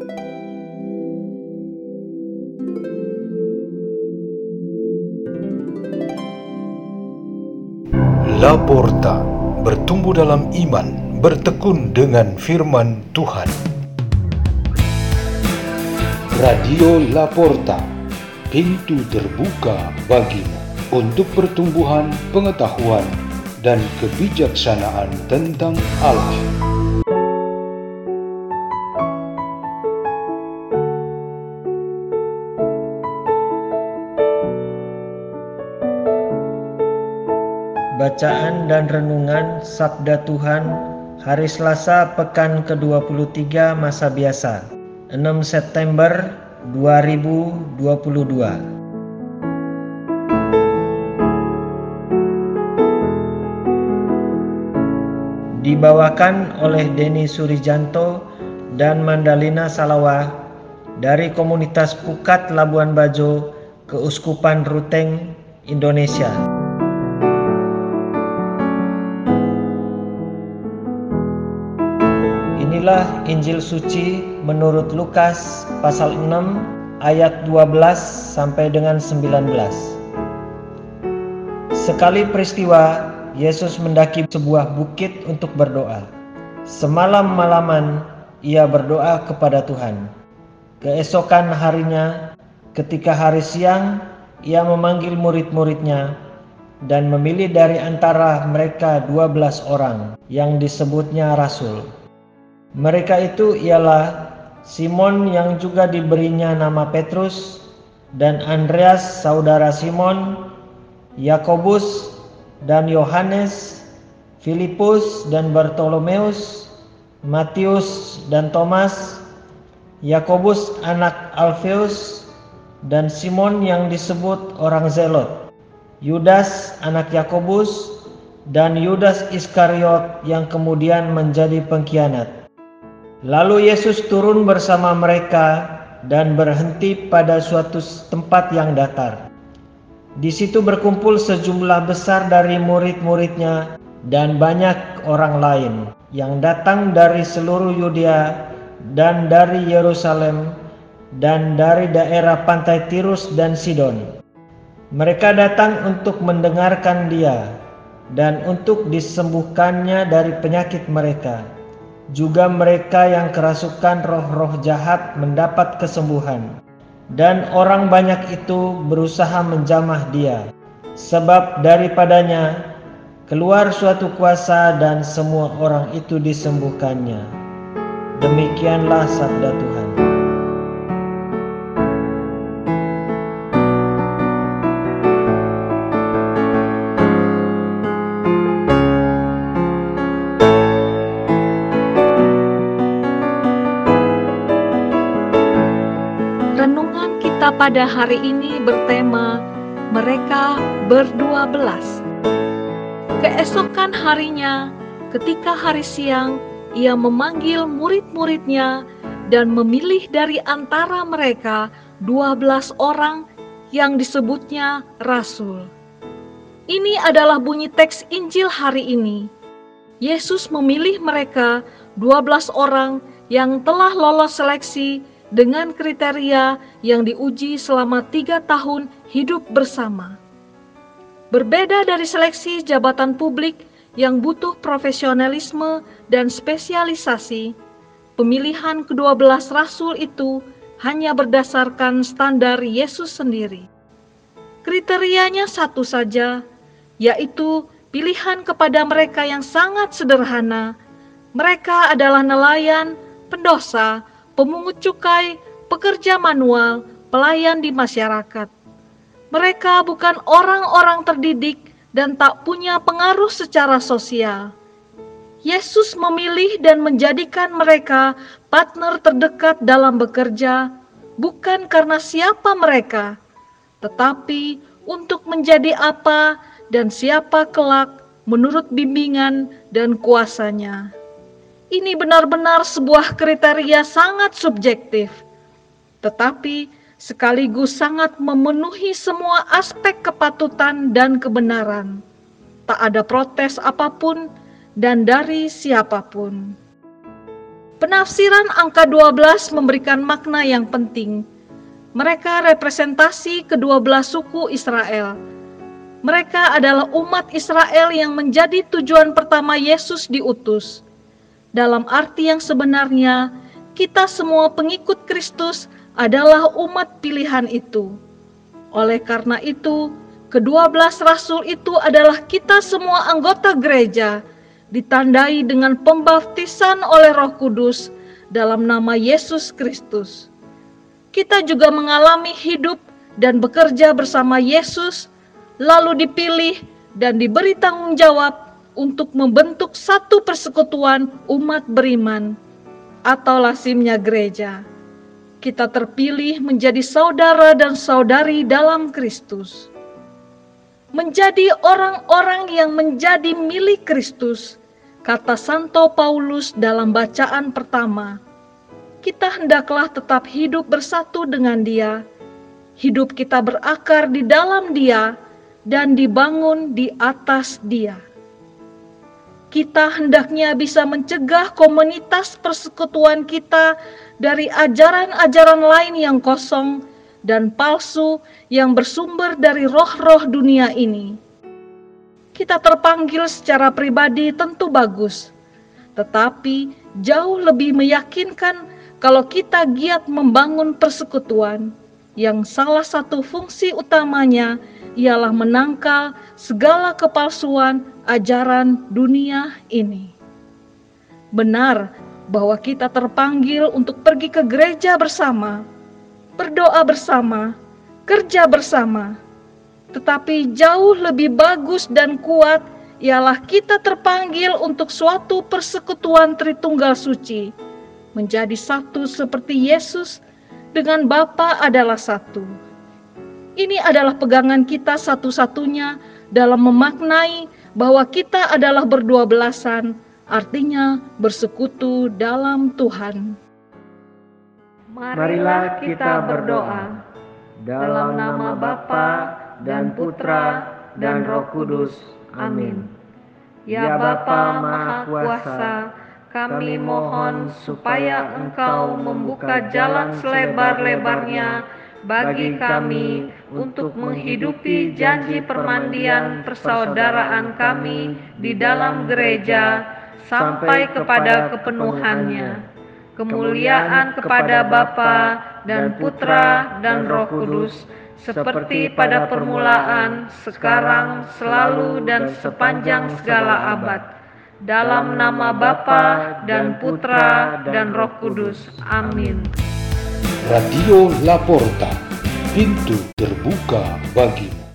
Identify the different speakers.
Speaker 1: Laporta, bertumbuh dalam iman, bertekun dengan firman Tuhan. Radio Laporta, pintu terbuka bagimu untuk pertumbuhan pengetahuan dan kebijaksanaan tentang Allah.
Speaker 2: Bacaan dan Renungan Sabda Tuhan Hari Selasa Pekan ke-23 Masa Biasa 6 September 2022. Dibawakan oleh Denny Surijanto dan Mandalina Salawah dari Komunitas Pukat Labuan Bajo, Keuskupan Ruteng, Indonesia. Inilah Injil Suci menurut Lukas pasal 6 ayat 12 sampai dengan 19. Sekali peristiwa, Yesus mendaki sebuah bukit untuk berdoa. Semalam-malaman ia berdoa kepada Tuhan. Keesokan harinya, ketika hari siang, ia memanggil murid-muridnya dan memilih dari antara mereka 12 orang yang disebutnya rasul. Mereka itu ialah Simon yang juga diberinya nama Petrus, dan Andreas saudara Simon, Yakobus dan Yohanes, Filipus dan Bartolomeus, Matius dan Thomas, Yakobus anak Alfeus, dan Simon yang disebut orang Zelot, Yudas anak Yakobus, dan Yudas Iskariot yang kemudian menjadi pengkhianat. Lalu Yesus turun bersama mereka dan berhenti pada suatu tempat yang datar. Di situ berkumpul sejumlah besar dari murid-muridnya dan banyak orang lain yang datang dari seluruh Yudea dan dari Yerusalem dan dari daerah pantai Tirus dan Sidon. Mereka datang untuk mendengarkan Dia dan untuk disembuhkannya dari penyakit mereka. Juga mereka yang kerasukan roh-roh jahat mendapat kesembuhan. Dan orang banyak itu berusaha menjamah Dia, sebab daripadanya keluar suatu kuasa dan semua orang itu disembuhkannya. Demikianlah sabda Tuhan.
Speaker 3: Renungan kita pada hari ini bertema Mereka Berdua Belas. Keesokan harinya, ketika hari siang, ia memanggil murid-muridnya dan memilih dari antara mereka 12 orang yang disebutnya rasul. Ini adalah bunyi teks Injil hari ini. Yesus memilih mereka 12 orang yang telah lolos seleksi dengan kriteria yang diuji selama 3 tahun hidup bersama. Berbeda dari seleksi jabatan publik yang butuh profesionalisme dan spesialisasi, pemilihan ke-12 rasul itu hanya berdasarkan standar Yesus sendiri. Kriterianya satu saja, yaitu pilihan kepada mereka yang sangat sederhana. Mereka adalah nelayan, pendosa, pemungut cukai, pekerja manual, pelayan di masyarakat. Mereka bukan orang-orang terdidik dan tak punya pengaruh secara sosial. Yesus memilih dan menjadikan mereka partner terdekat dalam bekerja, bukan karena siapa mereka, tetapi untuk menjadi apa dan siapa kelak menurut bimbingan dan kuasanya. Ini benar-benar sebuah kriteria sangat subjektif, tetapi sekaligus sangat memenuhi semua aspek kepatutan dan kebenaran. Tak ada protes apapun dan dari siapapun. Penafsiran angka 12 memberikan makna yang penting. Mereka representasi kedua belah suku Israel. Mereka adalah umat Israel yang menjadi tujuan pertama Yesus diutus. Dalam arti yang sebenarnya, kita semua pengikut Kristus adalah umat pilihan itu. Oleh karena itu, ke-12 rasul itu adalah kita semua anggota gereja, ditandai dengan pembaptisan oleh Roh Kudus dalam nama Yesus Kristus. Kita juga mengalami hidup dan bekerja bersama Yesus, lalu dipilih dan diberi tanggung jawab untuk membentuk satu persekutuan umat beriman, atau lazimnya gereja. Kita terpilih menjadi saudara dan saudari dalam Kristus. Menjadi orang-orang yang menjadi milik Kristus, kata Santo Paulus dalam bacaan pertama. Kita hendaklah tetap hidup bersatu dengan Dia. Hidup kita berakar di dalam Dia dan dibangun di atas Dia. Kita hendaknya bisa mencegah komunitas persekutuan kita dari ajaran-ajaran lain yang kosong dan palsu yang bersumber dari roh-roh dunia ini. Kita terpanggil secara pribadi tentu bagus, tetapi jauh lebih meyakinkan kalau kita giat membangun persekutuan, yang salah satu fungsi utamanya ialah menangkal segala kepalsuan ajaran dunia ini. Benar bahwa kita terpanggil untuk pergi ke gereja bersama, berdoa bersama, kerja bersama. Tetapi jauh lebih bagus dan kuat ialah kita terpanggil untuk suatu persekutuan Tritunggal Suci, menjadi satu seperti Yesus dengan Bapa adalah satu. Ini adalah pegangan kita satu-satunya dalam memaknai bahwa kita adalah berdua belasan, artinya bersekutu dalam Tuhan.
Speaker 2: Marilah kita berdoa. Dalam nama Bapa dan Putra dan Roh Kudus. Amin. Ya Bapa Maha Kuasa, kami mohon supaya Engkau membuka jalan selebar-lebarnya bagi kami untuk menghidupi janji permandian persaudaraan kami di dalam gereja sampai kepada kepenuhannya. Kemuliaan kepada Bapa dan Putra dan Roh Kudus, seperti pada permulaan, sekarang, selalu, dan sepanjang segala abad. Dalam nama Bapa dan Putra dan Roh Kudus. Amin.
Speaker 1: Radio La Porta, pintu terbuka bagimu.